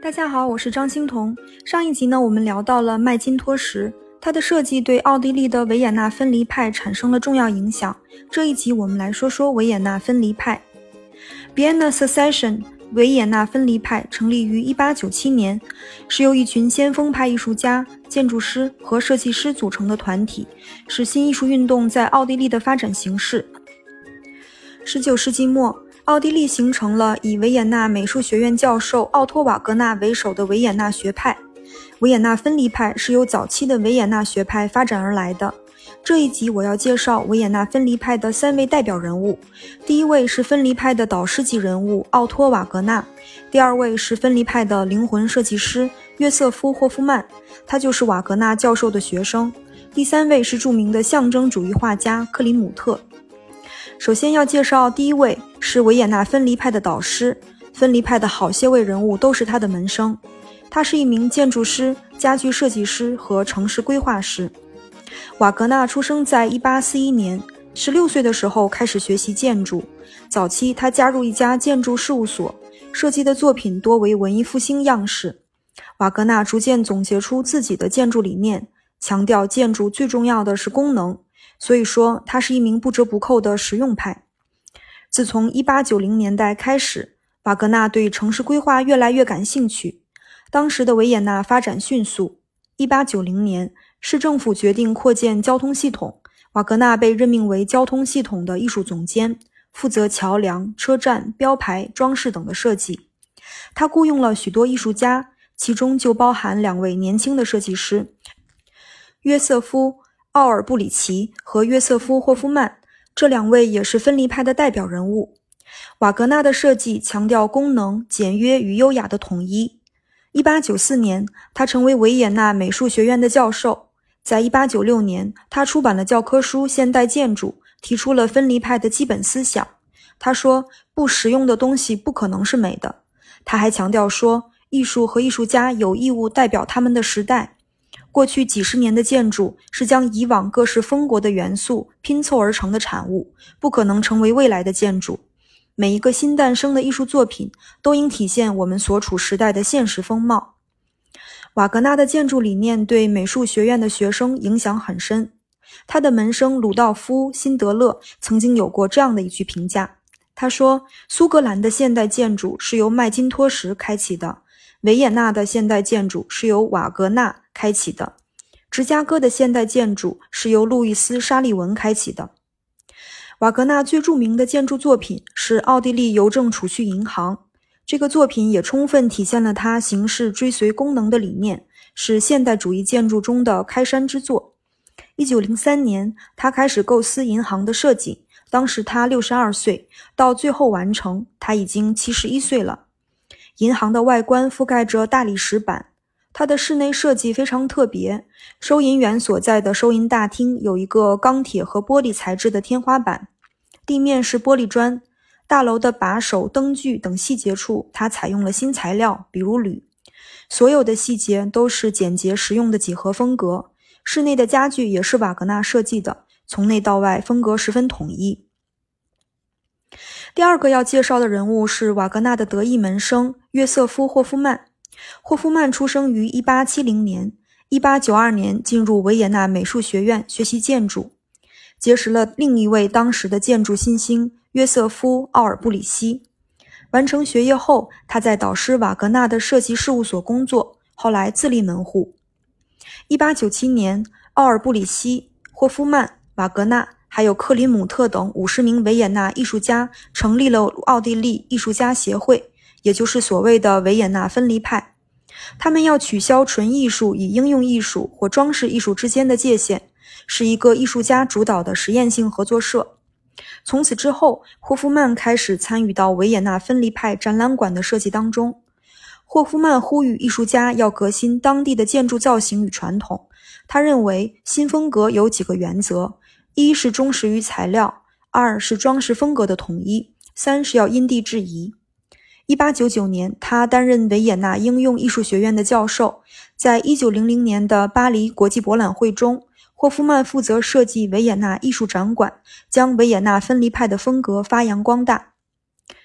大家好，我是张欣彤。上一集呢，我们聊到了麦金托什，他的设计对奥地利的维也纳分离派产生了重要影响。这一集我们来说说维也纳分离派。Vienna Secession 维也纳分离派成立于1897年，是由一群先锋派艺术家、建筑师和设计师组成的团体，是新艺术运动在奥地利的发展形式。19世纪末，奥地利形成了以维也纳美术学院教授奥托·瓦格纳为首的维也纳学派。维也纳分离派是由早期的维也纳学派发展而来的。这一集我要介绍维也纳分离派的3位代表人物。第一位是分离派的导师级人物奥托·瓦格纳，第二位是分离派的灵魂设计师约瑟夫·霍夫曼，他就是瓦格纳教授的学生。第三位是著名的象征主义画家克林姆特。首先要介绍第一位是维也纳分离派的导师，分离派的好些位人物都是他的门生。他是一名建筑师、家具设计师和城市规划师。瓦格纳出生在1841年，16岁的时候开始学习建筑。早期他加入一家建筑事务所，设计的作品多为文艺复兴样式。瓦格纳逐渐总结出自己的建筑理念，强调建筑最重要的是功能，所以说他是一名不折不扣的实用派。自从1890年代开始，瓦格纳对城市规划越来越感兴趣。当时的维也纳发展迅速，1890年市政府决定扩建交通系统，瓦格纳被任命为交通系统的艺术总监，负责桥梁、车站、标牌、装饰等的设计。他雇佣了许多艺术家，其中就包含2位年轻的设计师，约瑟夫·奥尔布里奇和约瑟夫·霍夫曼，这2位也是分离派的代表人物。瓦格纳的设计强调功能、简约与优雅的统一。1894年，他成为维也纳美术学院的教授。在1896年，他出版了教科书《现代建筑》，提出了分离派的基本思想。他说，不实用的东西不可能是美的。他还强调说，艺术和艺术家有义务代表他们的时代。过去几十年的建筑是将以往各式风国的元素拼凑而成的产物，不可能成为未来的建筑。每一个新诞生的艺术作品都应体现我们所处时代的现实风貌。瓦格纳的建筑理念对美术学院的学生影响很深。他的门生鲁道夫·辛德勒曾经有过这样的一句评价，他说，苏格兰的现代建筑是由麦金托什开启的，维也纳的现代建筑是由瓦格纳开启的，芝加哥的现代建筑是由路易斯·沙利文开启的。瓦格纳最著名的建筑作品是奥地利邮政储蓄银行，这个作品也充分体现了他行事追随功能的理念，是现代主义建筑中的开山之作。1903年，他开始构思银行的设计，当时他62岁，到最后完成，他已经71岁了。银行的外观覆盖着大理石板，它的室内设计非常特别，收银员所在的收银大厅有一个钢铁和玻璃材质的天花板，地面是玻璃砖，大楼的把手、灯具等细节处它采用了新材料，比如铝。所有的细节都是简洁实用的几何风格，室内的家具也是瓦格纳设计的，从内到外风格十分统一。第二个要介绍的人物是瓦格纳的得意门生约瑟夫·霍夫曼。霍夫曼出生于1870年，1892年进入维也纳美术学院学习建筑，结识了另一位当时的建筑新星约瑟夫·奥尔布里希。完成学业后，他在导师瓦格纳的设计事务所工作，后来自立门户。1897年，奥尔布里希、霍夫曼、瓦格纳还有克林姆特等50名维也纳艺术家成立了奥地利艺术家协会，也就是所谓的维也纳分离派。他们要取消纯艺术与应用艺术或装饰艺术之间的界限，是一个艺术家主导的实验性合作社。从此之后，霍夫曼开始参与到维也纳分离派展览馆的设计当中。霍夫曼呼吁艺术家要革新当地的建筑造型与传统。他认为新风格有几个原则：一是忠实于材料，2是装饰风格的统一，3是要因地制宜。1899年，他担任维也纳应用艺术学院的教授。在1900年的巴黎国际博览会中，霍夫曼负责设计维也纳艺术展馆，将维也纳分离派的风格发扬光大。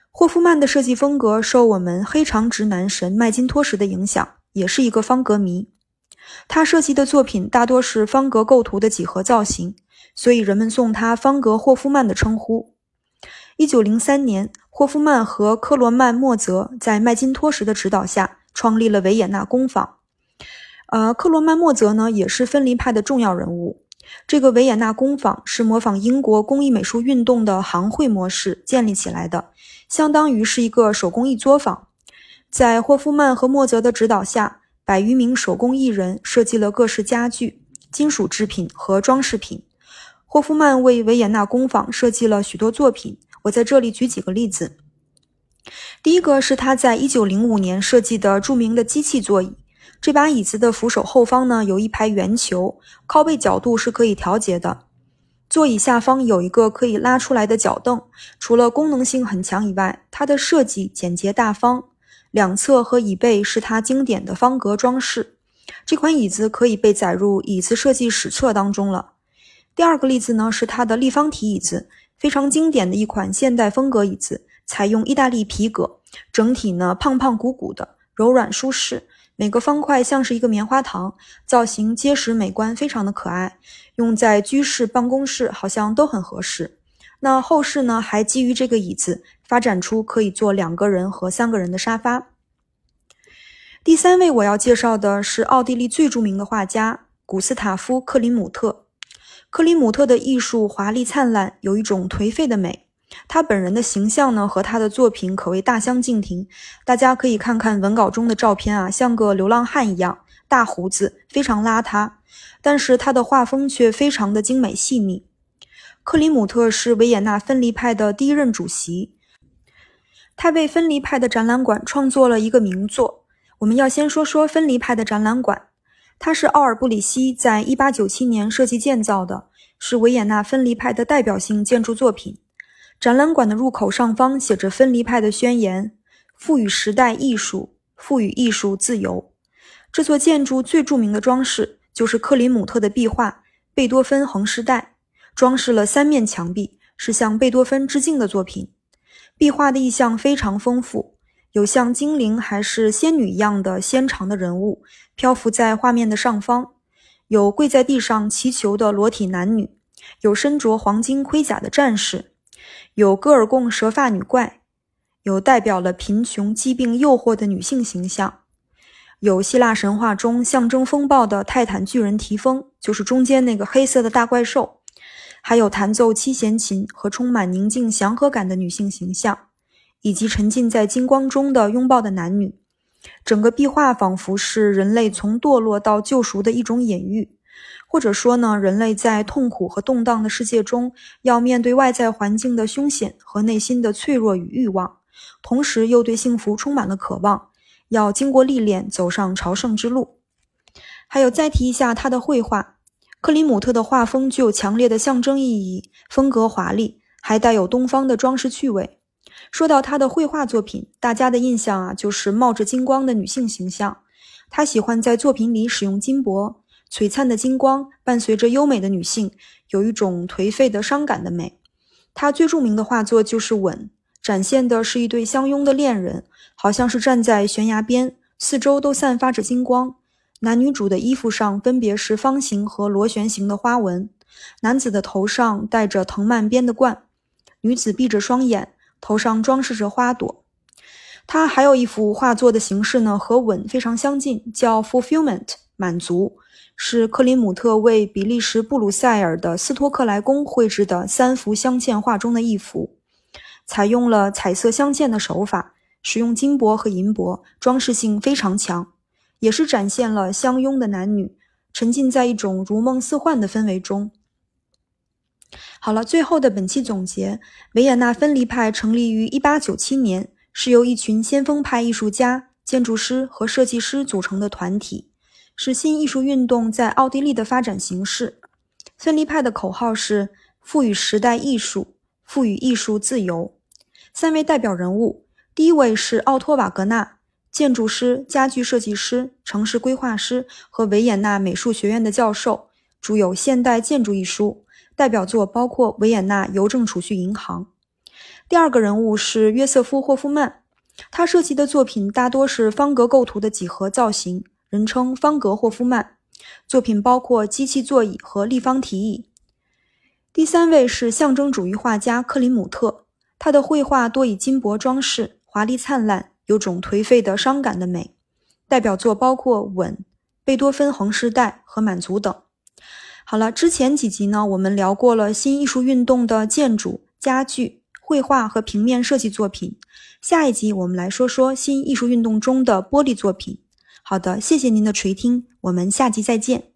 霍夫曼的设计风格受我们黑长直男神麦金托什的影响，也是一个方格迷。他设计的作品大多是方格构图的几何造型，所以人们送他方格霍夫曼的称呼。1903年，霍夫曼和克罗曼莫泽在麦金托什的指导下创立了维也纳工坊。克罗曼莫泽呢，也是分离派的重要人物。这个维也纳工坊是模仿英国工艺美术运动的行会模式建立起来的，相当于是一个手工艺作坊。在霍夫曼和莫泽的指导下，100余名手工艺人设计了各式家具、金属制品和装饰品。霍夫曼为维也纳工坊设计了许多作品，我在这里举几个例子。第一个是他在1905年设计的著名的机器座椅。这把椅子的扶手后方呢，有一排圆球，靠背角度是可以调节的。座椅下方有一个可以拉出来的脚凳，除了功能性很强以外，它的设计简洁大方，两侧和椅背是它经典的方格装饰。这款椅子可以被载入椅子设计史册当中了。第二个例子呢，是它的立方体椅子，非常经典的一款现代风格椅子，采用意大利皮革，整体呢胖胖鼓鼓的，柔软舒适。每个方块像是一个棉花糖，造型结实美观，非常的可爱，用在居室、办公室好像都很合适。那后世呢，还基于这个椅子发展出可以坐2个人和3个人的沙发。第3位我要介绍的是奥地利最著名的画家古斯塔夫·克林姆特。克林姆特的艺术华丽灿烂，有一种颓废的美。他本人的形象呢，和他的作品可谓大相径庭。大家可以看看文稿中的照片啊，像个流浪汉一样，大胡子，非常邋遢。但是他的画风却非常的精美细腻。克林姆特是维也纳分离派的第1任主席，他为分离派的展览馆创作了一个名作。我们要先说说分离派的展览馆，它是奥尔布里希在1897年设计建造的，是维也纳分离派的代表性建筑作品。展览馆的入口上方写着分离派的宣言：赋予时代艺术，赋予艺术自由。这座建筑最著名的装饰就是克林姆特的壁画《贝多芬横时代》，装饰了3面墙壁，是向贝多芬致敬的作品。壁画的意象非常丰富，有像精灵还是仙女一样的纤长的人物漂浮在画面的上方，有跪在地上祈求的裸体男女，有身着黄金盔甲的战士，有戈尔贡蛇发女怪，有代表了贫穷、疾病、诱惑的女性形象，有希腊神话中象征风暴的泰坦巨人提丰，就是中间那个黑色的大怪兽，还有弹奏七弦琴和充满宁静祥和感的女性形象，以及沉浸在金光中的拥抱的男女。整个壁画仿佛是人类从堕落到救赎的一种隐喻，或者说呢，人类在痛苦和动荡的世界中，要面对外在环境的凶险和内心的脆弱与欲望，同时又对幸福充满了渴望，要经过历练走上朝圣之路。还有再提一下他的绘画，克林姆特的画风具有强烈的象征意义，风格华丽，还带有东方的装饰趣味。说到他的绘画作品，大家的印象啊，就是冒着金光的女性形象。他喜欢在作品里使用金箔，璀璨的金光伴随着优美的女性，有一种颓废的伤感的美。他最著名的画作就是《吻》，展现的是一对相拥的恋人，好像是站在悬崖边，四周都散发着金光。男女主的衣服上分别是方形和螺旋形的花纹，男子的头上戴着藤蔓编的冠，女子闭着双眼，头上装饰着花朵。他还有一幅画作的形式呢，和吻非常相近，叫 Fulfillment 满足，是克林姆特为比利时布鲁塞尔的斯托克莱宫绘制的3幅镶嵌画中的一幅，采用了彩色镶嵌的手法，使用金箔和银箔，装饰性非常强，也是展现了相拥的男女沉浸在一种如梦似幻的氛围中。好了，最后的本期总结，维也纳分离派成立于1897年，是由一群先锋派艺术家、建筑师和设计师组成的团体，是新艺术运动在奥地利的发展形式。分离派的口号是赋予时代艺术，赋予艺术自由。3位代表人物，第一位是奥托·瓦格纳，建筑师、家具设计师、城市规划师和维也纳美术学院的教授，著有《现代建筑》一书，代表作包括维也纳邮政储蓄银行。 第二个人物是约瑟夫·霍夫曼，他设计的作品大多是方格构图的几何造型，人称方格霍夫曼。作品包括机器座椅和立方体椅。第三位是象征主义画家克林姆特，他的绘画多以金箔装饰，华丽灿烂，有种颓废的伤感的美。代表作包括《吻》、贝多芬横时代和满足等。好了，之前几集呢，我们聊过了新艺术运动的建筑、家具、绘画和平面设计作品。下一集我们来说说新艺术运动中的玻璃作品。好的，谢谢您的垂听，我们下集再见。